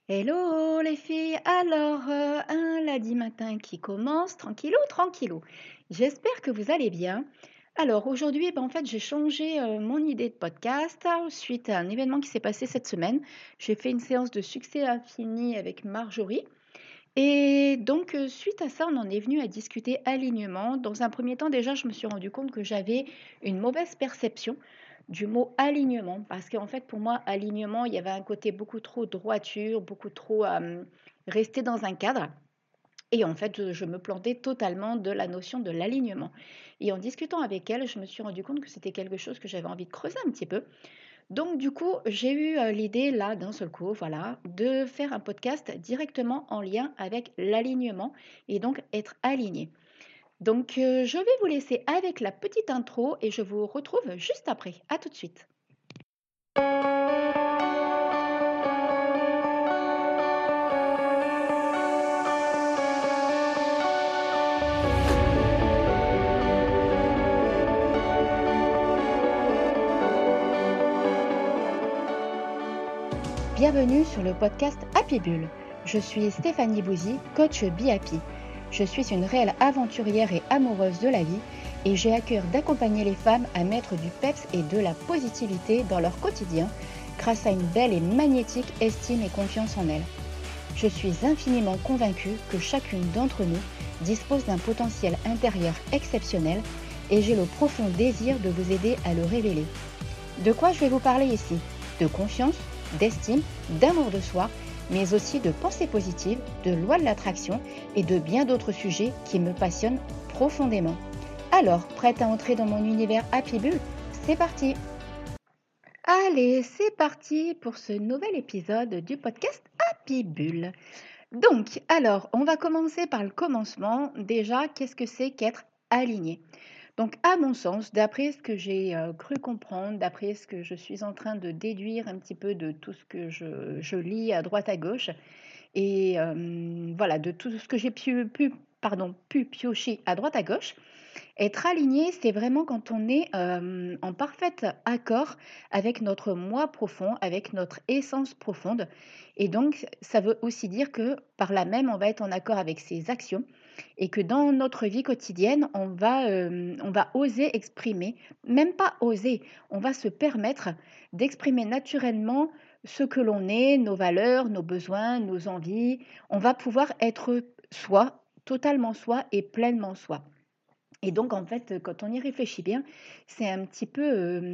Hello les filles, alors un lundi matin qui commence, tranquillou, tranquillou. J'espère que vous allez bien. Alors aujourd'hui, en fait, j'ai changé mon idée de podcast suite à un événement qui s'est passé cette semaine. J'ai fait une séance de succès infini avec Marjorie. Et donc, suite à ça, on en est venu à discuter alignement. Dans un premier temps, déjà, je me suis rendu compte que j'avais une mauvaise perception du mot alignement. Parce qu'en fait, pour moi, alignement, il y avait un côté beaucoup trop droiture, beaucoup trop rester dans un cadre. Et en fait, je me plantais totalement de la notion de l'alignement. Et en discutant avec elle, je me suis rendu compte que c'était quelque chose que j'avais envie de creuser un petit peu. Donc du coup, j'ai eu l'idée là d'un seul coup, voilà, de faire un podcast directement en lien avec l'alignement et donc être aligné. Donc je vais vous laisser avec la petite intro et je vous retrouve juste après. À tout de suite. Bienvenue sur le podcast Happy Bull. Je suis Stéphanie Bouzy, coach Be Happy. Je suis une réelle aventurière et amoureuse de la vie et j'ai à cœur d'accompagner les femmes à mettre du peps et de la positivité dans leur quotidien grâce à une belle et magnétique estime et confiance en elles. Je suis infiniment convaincue que chacune d'entre nous dispose d'un potentiel intérieur exceptionnel et j'ai le profond désir de vous aider à le révéler. De quoi je vais vous parler ici? De confiance, d'estime, d'amour de soi, mais aussi de pensée positive, de loi de l'attraction et de bien d'autres sujets qui me passionnent profondément. Alors, prête à entrer dans mon univers Happy Bull? C'est parti! Allez, c'est parti pour ce nouvel épisode du podcast Happy Bull. Donc, alors, on va commencer par le commencement. Déjà, qu'est-ce que c'est qu'être aligné? Donc, à mon sens, d'après ce que j'ai cru comprendre, d'après ce que je suis en train de déduire un petit peu de tout ce que je lis à droite à gauche, et voilà, de tout ce que j'ai pu piocher à droite à gauche, être aligné, c'est vraiment quand on est en parfait accord avec notre moi profond, avec notre essence profonde. Et donc, ça veut aussi dire que par là même, on va être en accord avec ses actions et que dans notre vie quotidienne, on va oser exprimer, même pas oser, on va se permettre d'exprimer naturellement ce que l'on est, nos valeurs, nos besoins, nos envies. On va pouvoir être soi, totalement soi et pleinement soi. Et donc, en fait, quand on y réfléchit bien, c'est un petit peu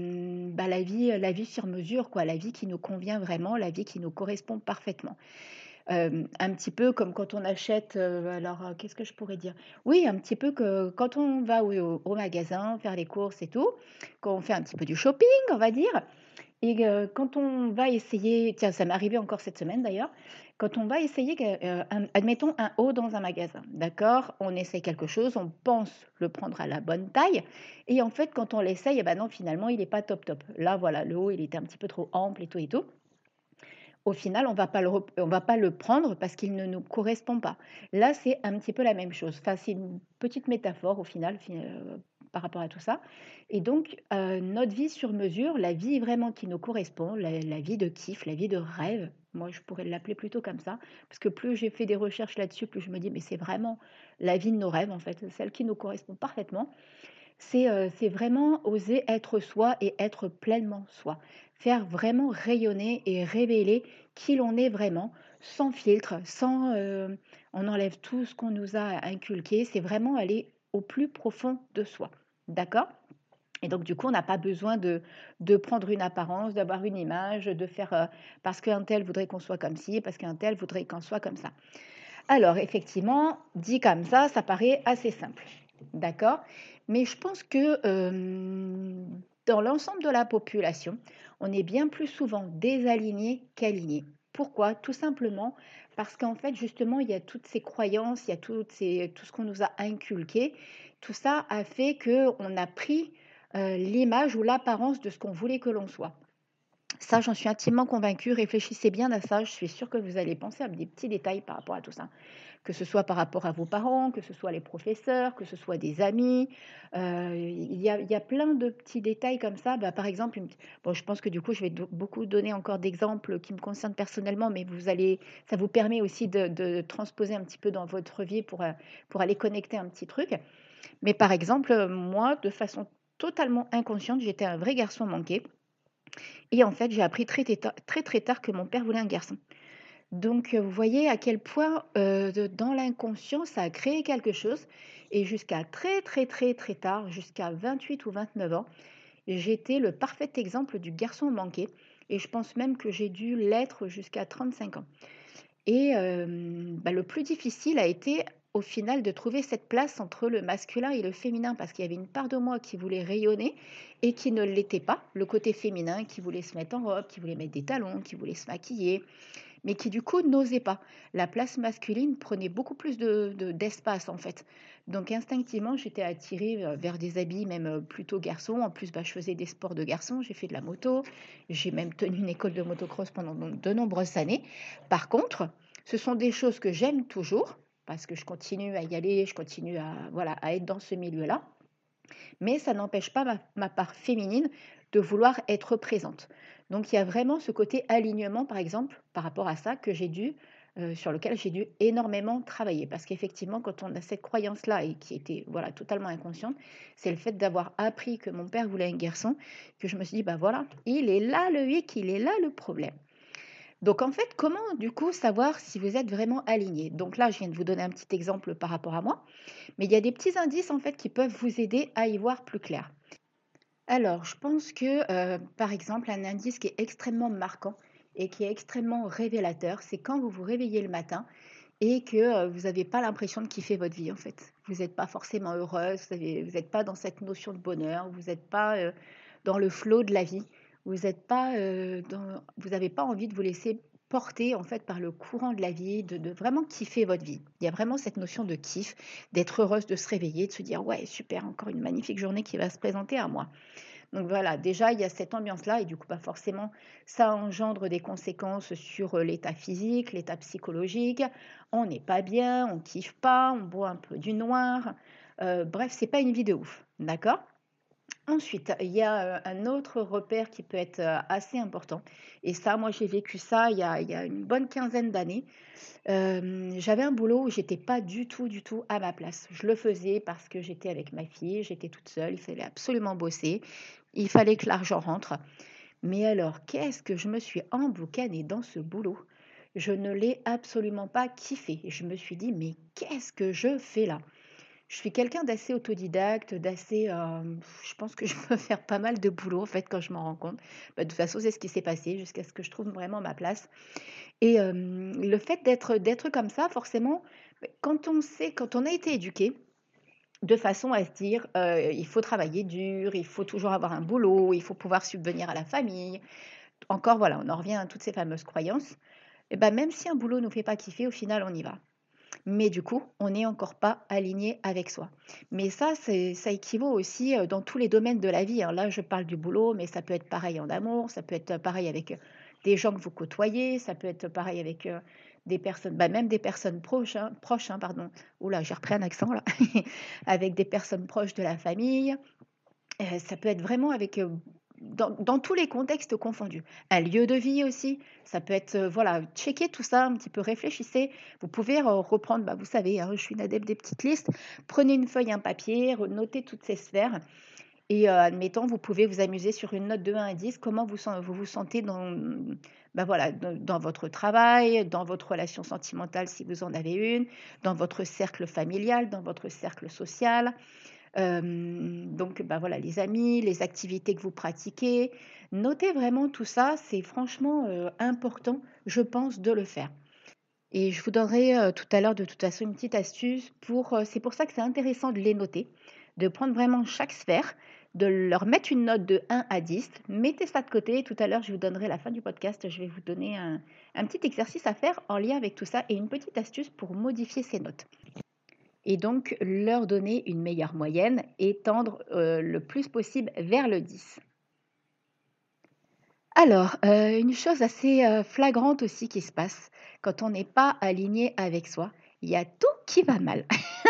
la vie sur mesure, quoi, la vie qui nous convient vraiment, la vie qui nous correspond parfaitement. Un petit peu comme quand on achète, qu'est-ce que je pourrais dire? Oui, un petit peu que quand on va au magasin faire les courses et tout, quand on fait un petit peu du shopping, on va dire, et quand on va essayer, tiens, ça m'est arrivé encore cette semaine d'ailleurs, quand on va essayer, admettons un haut dans un magasin, d'accord? On essaye quelque chose, on pense le prendre à la bonne taille, et en fait, quand on l'essaye, eh ben non, finalement, il n'est pas top top. Là, voilà, le haut, il était un petit peu trop ample et tout et tout. Au final, on va pas le prendre parce qu'il ne nous correspond pas. Là, c'est un petit peu la même chose. Enfin, c'est une petite métaphore au final par rapport à tout ça. Et donc, notre vie sur mesure, la vie vraiment qui nous correspond, la vie de kiff, la vie de rêve, moi je pourrais l'appeler plutôt comme ça, parce que plus j'ai fait des recherches là-dessus, plus je me dis, mais c'est vraiment la vie de nos rêves, en fait, celle qui nous correspond parfaitement. C'est vraiment oser être soi et être pleinement soi. Faire vraiment rayonner et révéler qui l'on est vraiment, sans filtre, sans, on enlève tout ce qu'on nous a inculqué. C'est vraiment aller au plus profond de soi. D'accord? Et donc du coup, on n'a pas besoin de prendre une apparence, d'avoir une image, de faire, parce qu'un tel voudrait qu'on soit comme ci, parce qu'un tel voudrait qu'on soit comme ça. Alors effectivement, dit comme ça paraît assez simple, d'accord? Mais je pense que, dans l'ensemble de la population, on est bien plus souvent désaligné qu'aligné. Pourquoi? Tout simplement parce qu'en fait, justement, il y a toutes ces croyances, il y a tout ce qu'on nous a inculqué. Tout ça a fait qu'on a pris, l'image ou l'apparence de ce qu'on voulait que l'on soit. Ça, j'en suis intimement convaincue. Réfléchissez bien à ça. Je suis sûre que vous allez penser à des petits détails par rapport à tout ça. Que ce soit par rapport à vos parents, que ce soit les professeurs, que ce soit des amis. Il y a plein de petits détails comme ça. Bah, par exemple, bon, je pense que du coup, je vais beaucoup donner encore d'exemples qui me concernent personnellement, mais ça vous permet aussi de transposer un petit peu dans votre vie pour aller connecter un petit truc. Mais par exemple, moi, de façon totalement inconsciente, j'étais un vrai garçon manqué. Et en fait, j'ai appris très, très tard que mon père voulait un garçon. Donc, vous voyez à quel point, dans l'inconscient, ça a créé quelque chose et jusqu'à très, très, très, très tard, jusqu'à 28 ou 29 ans, j'étais le parfait exemple du garçon manqué et je pense même que j'ai dû l'être jusqu'à 35 ans. Et le plus difficile a été, au final, de trouver cette place entre le masculin et le féminin parce qu'il y avait une part de moi qui voulait rayonner et qui ne l'était pas. Le côté féminin qui voulait se mettre en robe, qui voulait mettre des talons, qui voulait se maquiller, mais qui du coup n'osait pas. La place masculine prenait beaucoup plus d'espace en fait. Donc instinctivement, j'étais attirée vers des habits même plutôt garçons. En plus, je faisais des sports de garçons, j'ai fait de la moto, j'ai même tenu une école de motocross pendant de nombreuses années. Par contre, ce sont des choses que j'aime toujours parce que je continue à y aller, je continue à être dans ce milieu-là. Mais ça n'empêche pas ma part féminine de vouloir être présente. Donc il y a vraiment ce côté alignement, par exemple, par rapport à ça, sur lequel j'ai dû énormément travailler. Parce qu'effectivement, quand on a cette croyance-là, et qui était totalement inconsciente, c'est le fait d'avoir appris que mon père voulait un garçon, que je me suis dit, voilà, il est là le hic, il est là le problème. Donc en fait, comment du coup savoir si vous êtes vraiment aligné? Donc là, je viens de vous donner un petit exemple par rapport à moi, mais il y a des petits indices en fait qui peuvent vous aider à y voir plus clair. Alors, je pense que, par exemple, un indice qui est extrêmement marquant et qui est extrêmement révélateur, c'est quand vous vous réveillez le matin et que, vous n'avez pas l'impression de kiffer votre vie, en fait. Vous n'êtes pas forcément heureuse, vous n'êtes pas dans cette notion de bonheur, vous n'êtes pas, dans le flow de la vie. Vous n'avez pas envie de vous laisser porter, en fait, par le courant de la vie, de vraiment kiffer votre vie. Il y a vraiment cette notion de kiff, d'être heureuse de se réveiller, de se dire: «Ouais, super, encore une magnifique journée qui va se présenter à moi». Donc voilà, déjà, il y a cette ambiance-là et du coup, pas forcément, ça engendre des conséquences sur l'état physique, l'état psychologique. On n'est pas bien, on kiffe pas, on boit un peu du noir. Bref, c'est pas une vie de ouf, d'accord? Ensuite, il y a un autre repère qui peut être assez important. Et ça, moi, j'ai vécu ça il y a une bonne quinzaine d'années. J'avais un boulot où j'étais pas du tout à ma place. Je le faisais parce que j'étais avec ma fille, j'étais toute seule, il fallait absolument bosser, il fallait que l'argent rentre. Mais alors, qu'est-ce que je me suis emboucanée dans ce boulot? Je ne l'ai absolument pas kiffé. Je me suis dit: «Mais qu'est-ce que je fais là?» Je suis quelqu'un d'assez autodidacte, je pense que je peux faire pas mal de boulot en fait quand je m'en rends compte. De toute façon, c'est ce qui s'est passé jusqu'à ce que je trouve vraiment ma place. Et le fait d'être comme ça, forcément, quand on a été éduqué de façon à se dire, «Il faut travailler dur, il faut toujours avoir un boulot, il faut pouvoir subvenir à la famille». Encore voilà, on en revient à toutes ces fameuses croyances. Et même si un boulot nous fait pas kiffer, au final, on y va. Mais du coup, on n'est encore pas aligné avec soi. Mais ça équivaut aussi, dans tous les domaines de la vie, hein. Là, je parle du boulot, mais ça peut être pareil en amour, ça peut être pareil avec, des gens que vous côtoyez, ça peut être pareil avec, des personnes, même des personnes proches, hein, pardon. Ouh là, j'ai repris un accent là. Avec des personnes proches de la famille. Ça peut être vraiment avec, dans tous les contextes confondus. Un lieu de vie aussi, ça peut être, voilà, checker tout ça un petit peu, réfléchissez. Vous pouvez reprendre, vous savez, hein, je suis une adepte des petites listes. Prenez une feuille, un papier, notez toutes ces sphères et admettons, vous pouvez vous amuser sur une note de 1 à 10, comment vous vous sentez voilà, dans votre travail, dans votre relation sentimentale si vous en avez une, dans votre cercle familial, dans votre cercle social. Donc voilà, les amis, les activités que vous pratiquez. Notez vraiment tout ça, c'est franchement, important, je pense, de le faire. Et je vous donnerai, tout à l'heure de toute façon une petite astuce c'est pour ça que c'est intéressant de les noter, de prendre vraiment chaque sphère, de leur mettre une note de 1 à 10. Mettez ça de côté, tout à l'heure je vous donnerai à la fin du podcast, je vais vous donner un petit exercice à faire en lien avec tout ça et une petite astuce pour modifier ces notes. Et donc leur donner une meilleure moyenne et tendre le plus possible vers le 10. Alors, une chose assez, flagrante aussi qui se passe quand on n'est pas aligné avec soi, il y a tout qui va mal.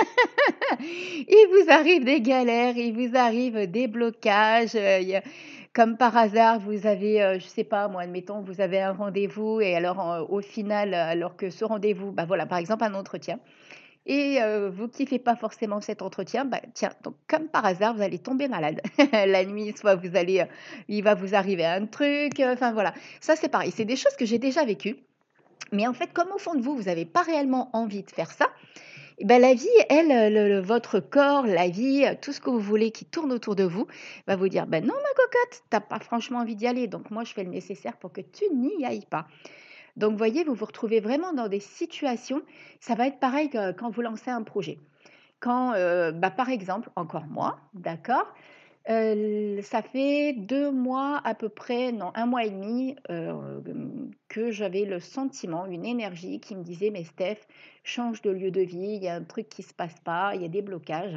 Il vous arrive des galères, il vous arrive des blocages, il y a comme par hasard, vous avez, je sais pas moi, admettons, vous avez un rendez-vous et alors, au final, alors que ce rendez-vous, bah, voilà, par exemple un entretien et vous kiffez pas forcément cet entretien, bah, tiens, donc comme par hasard, vous allez tomber malade. La nuit, soit vous allez, il va vous arriver un truc, enfin voilà. Ça, c'est pareil, c'est des choses que j'ai déjà vécues, mais en fait, comme au fond de vous, vous avez pas réellement envie de faire ça, et bah, la vie, elle, le votre corps, la vie, tout ce que vous voulez qui tourne autour de vous, va vous dire: «Ben non ma cocotte, tu as pas franchement envie d'y aller, donc moi je fais le nécessaire pour que tu n'y ailles pas». Donc voyez, vous vous retrouvez vraiment dans des situations, ça va être pareil que quand vous lancez un projet. Quand, bah, par exemple, encore moi, d'accord, ça fait 2 mois à peu près, non 1 mois et demi, que j'avais le sentiment, une énergie qui me disait: «Mais Steph, change de lieu de vie, il y a un truc qui se passe pas, il y a des blocages,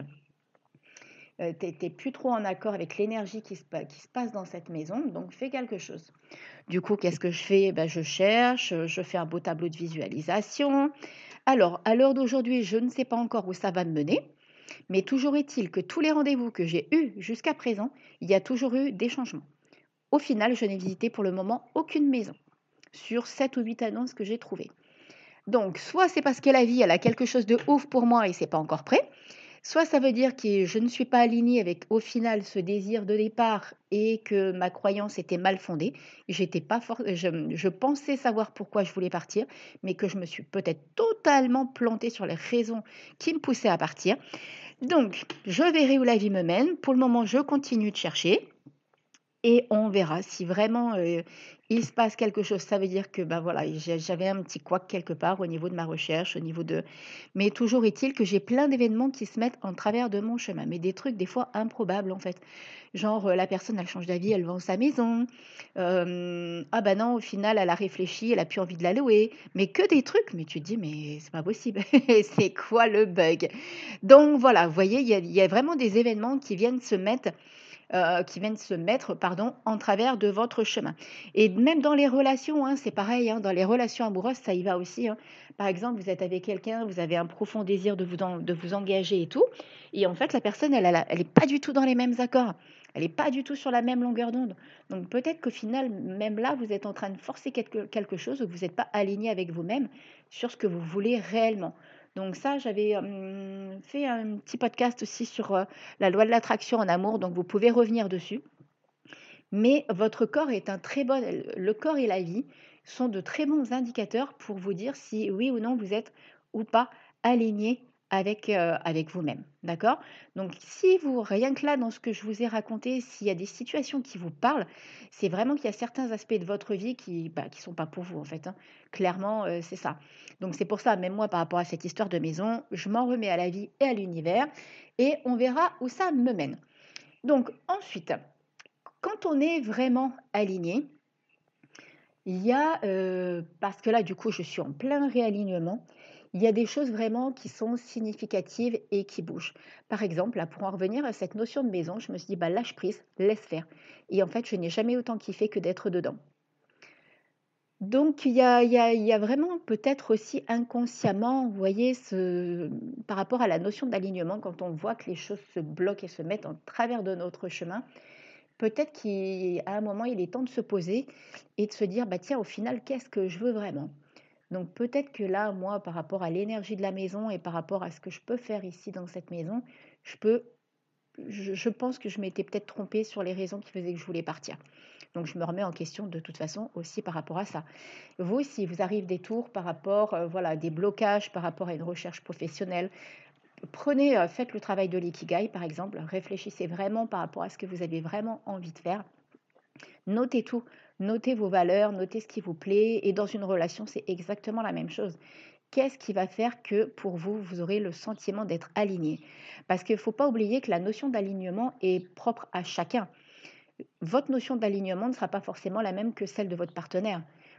tu es plus trop en accord avec l'énergie qui se passe dans cette maison, donc fais quelque chose». Du coup, qu'est-ce que je fais? Bah, je cherche, je fais un beau tableau de visualisation. Alors, à l'heure d'aujourd'hui, je ne sais pas encore où ça va me mener, mais toujours est-il que tous les rendez-vous que j'ai eus jusqu'à présent, il y a toujours eu des changements. Au final, je n'ai visité pour le moment aucune maison sur 7 ou 8 annonces que j'ai trouvées. Donc, soit c'est parce que la vie, elle a quelque chose de ouf pour moi et c'est pas encore prêt, soit ça veut dire que je ne suis pas alignée avec, au final, ce désir de départ et que ma croyance était mal fondée. J'étais pas je pensais savoir pourquoi je voulais partir, mais que je me suis peut-être totalement plantée sur les raisons qui me poussaient à partir. Donc, je verrai où la vie me mène. Pour le moment, je continue de chercher et on verra si vraiment, il se passe quelque chose. Ça veut dire que, bah, voilà, j'avais un petit couac quelque part au niveau de ma recherche, au niveau de mais toujours est-il que j'ai plein d'événements qui se mettent en travers de mon chemin, mais des trucs des fois improbables, en fait. Genre, la personne, elle change d'avis, elle vend sa maison. Ah bah, non, au final, elle a réfléchi, elle a plus envie de la louer. Mais que des trucs, mais tu te dis: «Mais c'est pas possible, c'est quoi le bug?» Donc voilà, vous voyez, il y a vraiment des événements qui viennent se mettre, pardon, en travers de votre chemin. Et même dans les relations, hein, c'est pareil, hein, dans les relations amoureuses, ça y va aussi, hein. Par exemple, vous êtes avec quelqu'un, vous avez un profond désir de vous engager et tout, et en fait, la personne, elle est pas du tout dans les mêmes accords. Elle est pas du tout sur la même longueur d'onde. Donc peut-être qu'au final, même là, vous êtes en train de forcer quelque chose ou vous n'êtes pas aligné avec vous-même sur ce que vous voulez réellement. Donc ça, j'avais fait un petit podcast aussi sur la loi de l'attraction en amour, donc vous pouvez revenir dessus. Mais votre corps est un très bon, le corps et la vie sont de très bons indicateurs pour vous dire si oui ou non vous êtes ou pas aligné avec vous-même. D'accord? Donc, si vous, rien que là, dans ce que je vous ai raconté, s'il y a des situations qui vous parlent, c'est vraiment qu'il y a certains aspects de votre vie qui bah, qui sont pas pour vous, en fait, hein. Clairement, c'est ça. Donc, c'est pour ça, même moi, par rapport à cette histoire de maison, je m'en remets à la vie et à l'univers et on verra où ça me mène. Donc, ensuite, quand on est vraiment aligné, il y a, parce que là, du coup, je suis en plein réalignement, il y a des choses vraiment qui sont significatives et qui bougent. Par exemple, là, pour en revenir à cette notion de maison, je me suis dit: «Bah, lâche prise, laisse faire» et en fait, je n'ai jamais autant kiffé que d'être dedans. Donc il y a vraiment peut-être aussi inconsciemment, vous voyez, par rapport à la notion d'alignement, quand on voit que les choses se bloquent et se mettent en travers de notre chemin, peut-être qu'à un moment, il est temps de se poser et de se dire: «Bah, tiens, au final, qu'est-ce que je veux vraiment?» Donc peut-être que là, moi, par rapport à l'énergie de la maison et par rapport à ce que je peux faire ici dans cette maison, je peux je pense que je m'étais peut-être trompée sur les raisons qui faisaient que je voulais partir. Donc je me remets en question de toute façon aussi par rapport à ça. Vous, si vous arrive des tours par rapport, voilà, des blocages par rapport à une recherche professionnelle, prenez, faites le travail de l'ikigai par exemple, réfléchissez vraiment par rapport à ce que vous avez vraiment envie de faire. Notez tout, notez vos valeurs, notez ce qui vous plaît et dans une relation, c'est exactement la même chose. Qu'est-ce qui va faire que pour vous, vous aurez le sentiment d'être aligné? Parce qu'il ne faut pas oublier que la notion d'alignement est propre à chacun. Votre notion d'alignement ne sera pas forcément la même que celle de votre partenaire.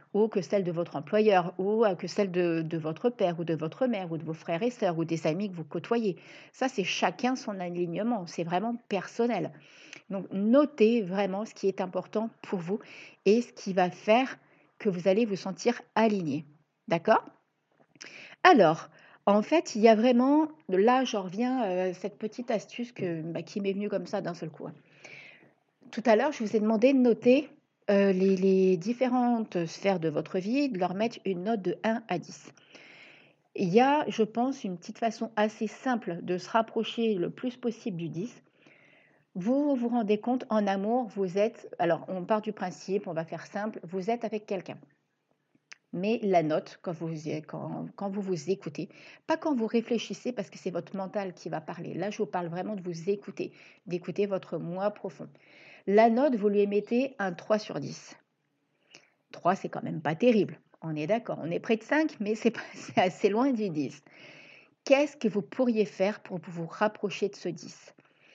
ou que celle de votre employeur, ou que celle de votre père ou de votre mère ou de vos frères et sœurs ou des amis que vous côtoyez. Ça, c'est chacun son alignement, c'est vraiment personnel. Donc, notez vraiment ce qui est important pour vous et ce qui va faire que vous allez vous sentir aligné. D'accord? Alors, en fait, il y a vraiment, là, j'en reviens à cette petite astuce qui m'est venue comme ça d'un seul coup, hein. Tout à l'heure, je vous ai demandé de noter les différentes sphères de votre vie, de leur mettre une note de 1 à 10. Il y a, je pense, une petite façon assez simple de se rapprocher le plus possible du 10. Vous vous rendez compte, en amour, vous êtes, alors on part du principe, on va faire simple, vous êtes avec quelqu'un. Mais la note, quand vous vous écoutez, pas quand vous réfléchissez, parce que c'est votre mental qui va parler. Là, je vous parle vraiment de vous écouter, d'écouter votre moi profond. La note, vous lui mettez un 3 sur 10. 3, c'est quand même pas terrible. On est d'accord. On est près de 5, mais c'est assez loin du 10. Qu'est-ce que vous pourriez faire pour vous rapprocher de ce 10?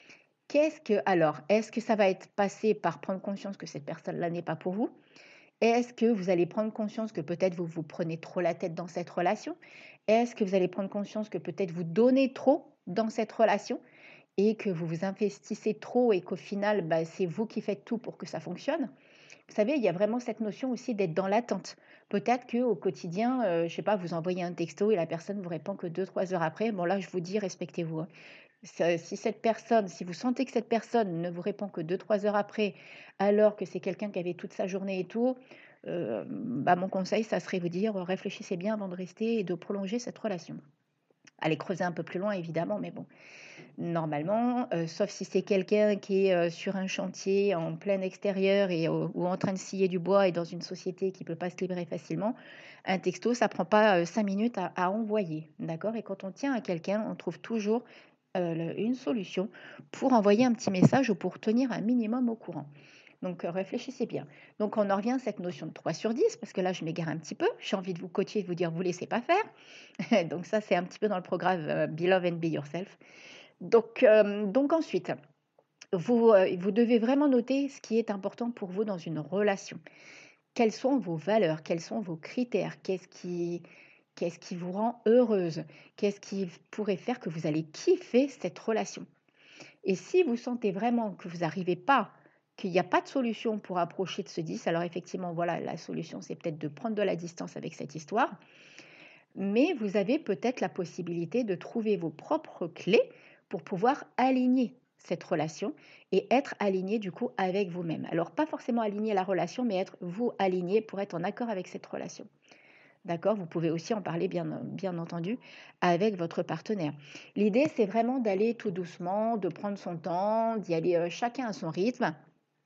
Alors, est-ce que ça va être passé par prendre conscience que cette personne-là n'est pas pour vous? Est-ce que vous allez prendre conscience que peut-être vous vous prenez trop la tête dans cette relation? Est-ce que vous allez prendre conscience que peut-être vous donnez trop dans cette relation et que vous vous investissez trop et qu'au final, c'est vous qui faites tout pour que ça fonctionne? Vous savez, il y a vraiment cette notion aussi d'être dans l'attente. Peut-être qu'au quotidien, je ne sais pas, vous envoyez un texto et la personne vous répond que 2, 3 heures après. Bon, là, je vous dis, respectez-vous, hein. Si vous sentez que cette personne ne vous répond que 2, 3 heures après, alors que c'est quelqu'un qui avait toute sa journée et tout, mon conseil, ça serait vous dire, réfléchissez bien avant de rester et de prolonger cette relation. Allez creuser un peu plus loin, évidemment, mais bon, normalement, sauf si c'est quelqu'un qui est sur un chantier en plein extérieur ou en train de scier du bois et dans une société qui ne peut pas se libérer facilement, un texto, ça ne prend pas 5 minutes à envoyer. D'accord? Et quand on tient à quelqu'un, on trouve toujours une solution pour envoyer un petit message ou pour tenir un minimum au courant. Donc, réfléchissez bien. Donc, on en revient à cette notion de 3 sur 10, parce que là, je m'égare un petit peu. J'ai envie de vous coacher et de vous dire, vous ne laissez pas faire. Donc, ça, c'est un petit peu dans le programme Be Love and Be Yourself. Donc ensuite, vous devez vraiment noter ce qui est important pour vous dans une relation. Quelles sont vos valeurs? Quels sont vos critères? Qu'est-ce qui vous rend heureuse? Qu'est-ce qui pourrait faire que vous allez kiffer cette relation? Et si vous sentez vraiment que vous n'arrivez pas, qu'il n'y a pas de solution pour approcher de ce 10, alors effectivement, voilà, la solution, c'est peut-être de prendre de la distance avec cette histoire, mais vous avez peut-être la possibilité de trouver vos propres clés pour pouvoir aligner cette relation et être aligné du coup avec vous-même. Alors pas forcément aligner la relation, mais être vous aligné pour être en accord avec cette relation. D'accord? Vous pouvez aussi en parler bien entendu avec votre partenaire. L'idée, c'est vraiment d'aller tout doucement, de prendre son temps, d'y aller chacun à son rythme.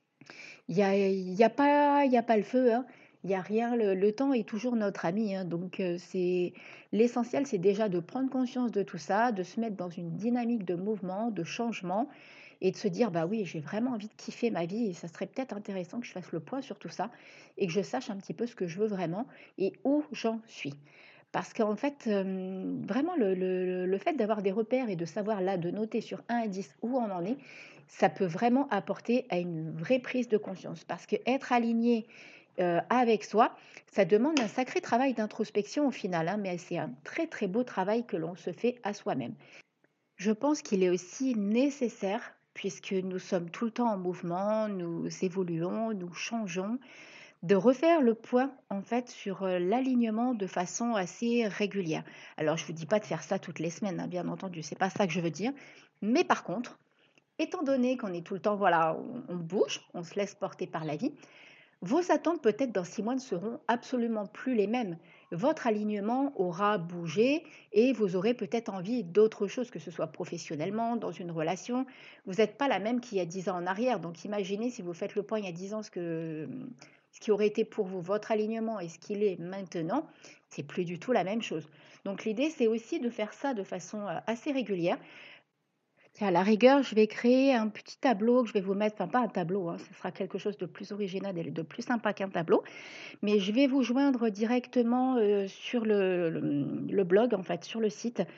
Il y a pas le feu, hein. Il y a rien, le temps est toujours notre ami, hein, donc c'est l'essentiel, c'est déjà de prendre conscience de tout ça, de se mettre dans une dynamique de mouvement, de changement et de se dire: «Bah oui, j'ai vraiment envie de kiffer ma vie et ça serait peut-être intéressant que je fasse le point sur tout ça et que je sache un petit peu ce que je veux vraiment et où j'en suis». Parce qu'en fait, vraiment le fait d'avoir des repères et de savoir là, de noter sur 1 à 10 où on en est, ça peut vraiment apporter à une vraie prise de conscience. Parce qu'être aligné, avec soi, ça demande un sacré travail d'introspection au final, hein, mais c'est un très, très beau travail que l'on se fait à soi-même. Je pense qu'il est aussi nécessaire, puisque nous sommes tout le temps en mouvement, nous évoluons, nous changeons, de refaire le point en fait sur l'alignement de façon assez régulière. Alors je vous dis pas de faire ça toutes les semaines, hein, bien entendu, c'est pas ça que je veux dire. Mais par contre, étant donné qu'on est tout le temps, voilà, on bouge, on se laisse porter par la vie, vos attentes peut-être dans 6 mois ne seront absolument plus les mêmes. Votre alignement aura bougé et vous aurez peut-être envie d'autre chose, que ce soit professionnellement, dans une relation. Vous n'êtes pas la même qu'il y a 10 ans en arrière. Donc imaginez si vous faites le point il y a 10 ans, ce qui aurait été pour vous votre alignement et ce qu'il est maintenant, c'est plus du tout la même chose. Donc l'idée, c'est aussi de faire ça de façon assez régulière. Tiens, à la rigueur, je vais créer un petit tableau que je vais vous mettre, enfin pas un tableau, hein, ce sera quelque chose de plus original et de plus sympa qu'un tableau, mais je vais vous joindre directement sur le blog, en fait, sur le site,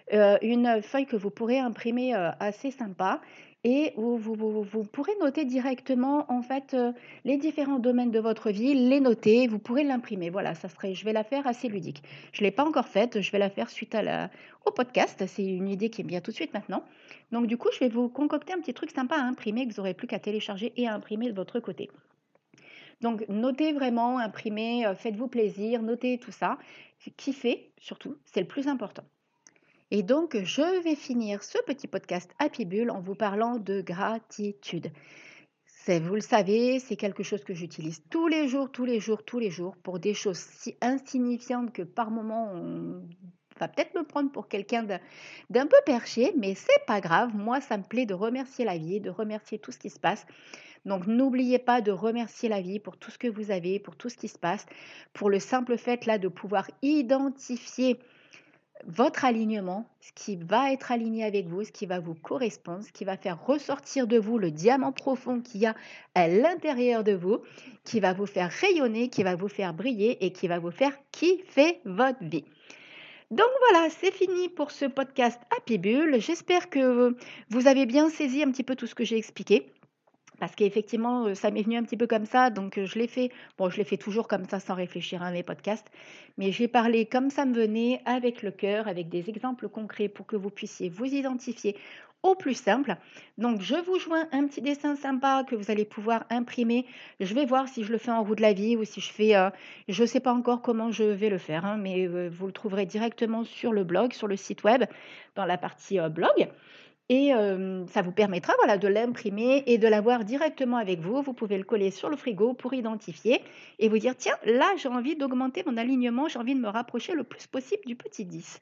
une feuille que vous pourrez imprimer assez sympa et où vous pourrez noter directement en fait les différents domaines de votre vie, les noter, vous pourrez l'imprimer. Voilà, je vais la faire assez ludique. Je ne l'ai pas encore faite, je vais la faire suite au podcast. C'est une idée qui me vient tout de suite maintenant. Donc du coup, je vais vous concocter un petit truc sympa à imprimer que vous n'aurez plus qu'à télécharger et à imprimer de votre côté. Donc notez vraiment, imprimez, faites-vous plaisir, notez tout ça. Kiffez surtout, c'est le plus important. Et donc, je vais finir ce petit podcast Happy Bull en vous parlant de gratitude. Vous le savez, c'est quelque chose que j'utilise tous les jours, tous les jours, tous les jours pour des choses si insignifiantes que par moments on va peut-être me prendre pour quelqu'un d'un peu perché, mais c'est pas grave. Moi, ça me plaît de remercier la vie, de remercier tout ce qui se passe. Donc, n'oubliez pas de remercier la vie pour tout ce que vous avez, pour tout ce qui se passe, pour le simple fait là de pouvoir identifier votre alignement, ce qui va être aligné avec vous, ce qui va vous correspondre, ce qui va faire ressortir de vous le diamant profond qu'il y a à l'intérieur de vous, qui va vous faire rayonner, qui va vous faire briller et qui va vous faire kiffer votre vie. Donc voilà, c'est fini pour ce podcast Happy Bull. J'espère que vous avez bien saisi un petit peu tout ce que j'ai expliqué. Parce qu'effectivement, ça m'est venu un petit peu comme ça, donc je l'ai fait. Bon, je l'ai fait toujours comme ça sans réfléchir à mes podcasts, mais j'ai parlé comme ça me venait, avec le cœur, avec des exemples concrets pour que vous puissiez vous identifier au plus simple. Donc, je vous joins un petit dessin sympa que vous allez pouvoir imprimer. Je vais voir si je le fais en roue de la vie ou si je fais, je ne sais pas encore comment je vais le faire, hein, mais vous le trouverez directement sur le blog, sur le site web, dans la partie blog. Et ça vous permettra voilà, de l'imprimer et de l'avoir directement avec vous. Vous pouvez le coller sur le frigo pour identifier et vous dire, tiens, là, j'ai envie d'augmenter mon alignement, j'ai envie de me rapprocher le plus possible du petit 10.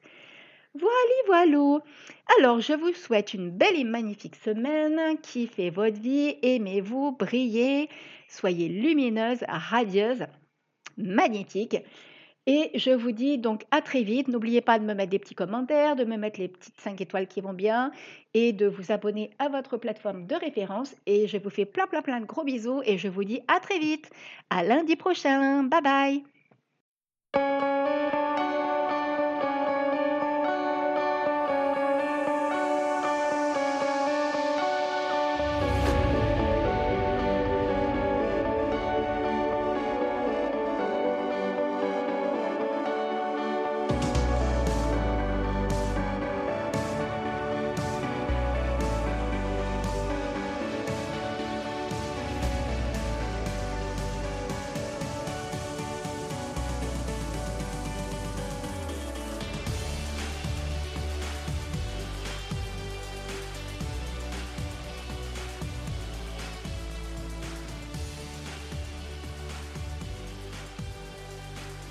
Voilà. Alors, je vous souhaite une belle et magnifique semaine. Kiffez votre vie, aimez-vous, brillez, soyez lumineuse, radieuse, magnétique. Et je vous dis donc à très vite. N'oubliez pas de me mettre des petits commentaires, de me mettre les petites 5 étoiles qui vont bien et de vous abonner à votre plateforme de référence. Et je vous fais plein de gros bisous et je vous dis à très vite. À lundi prochain. Bye bye.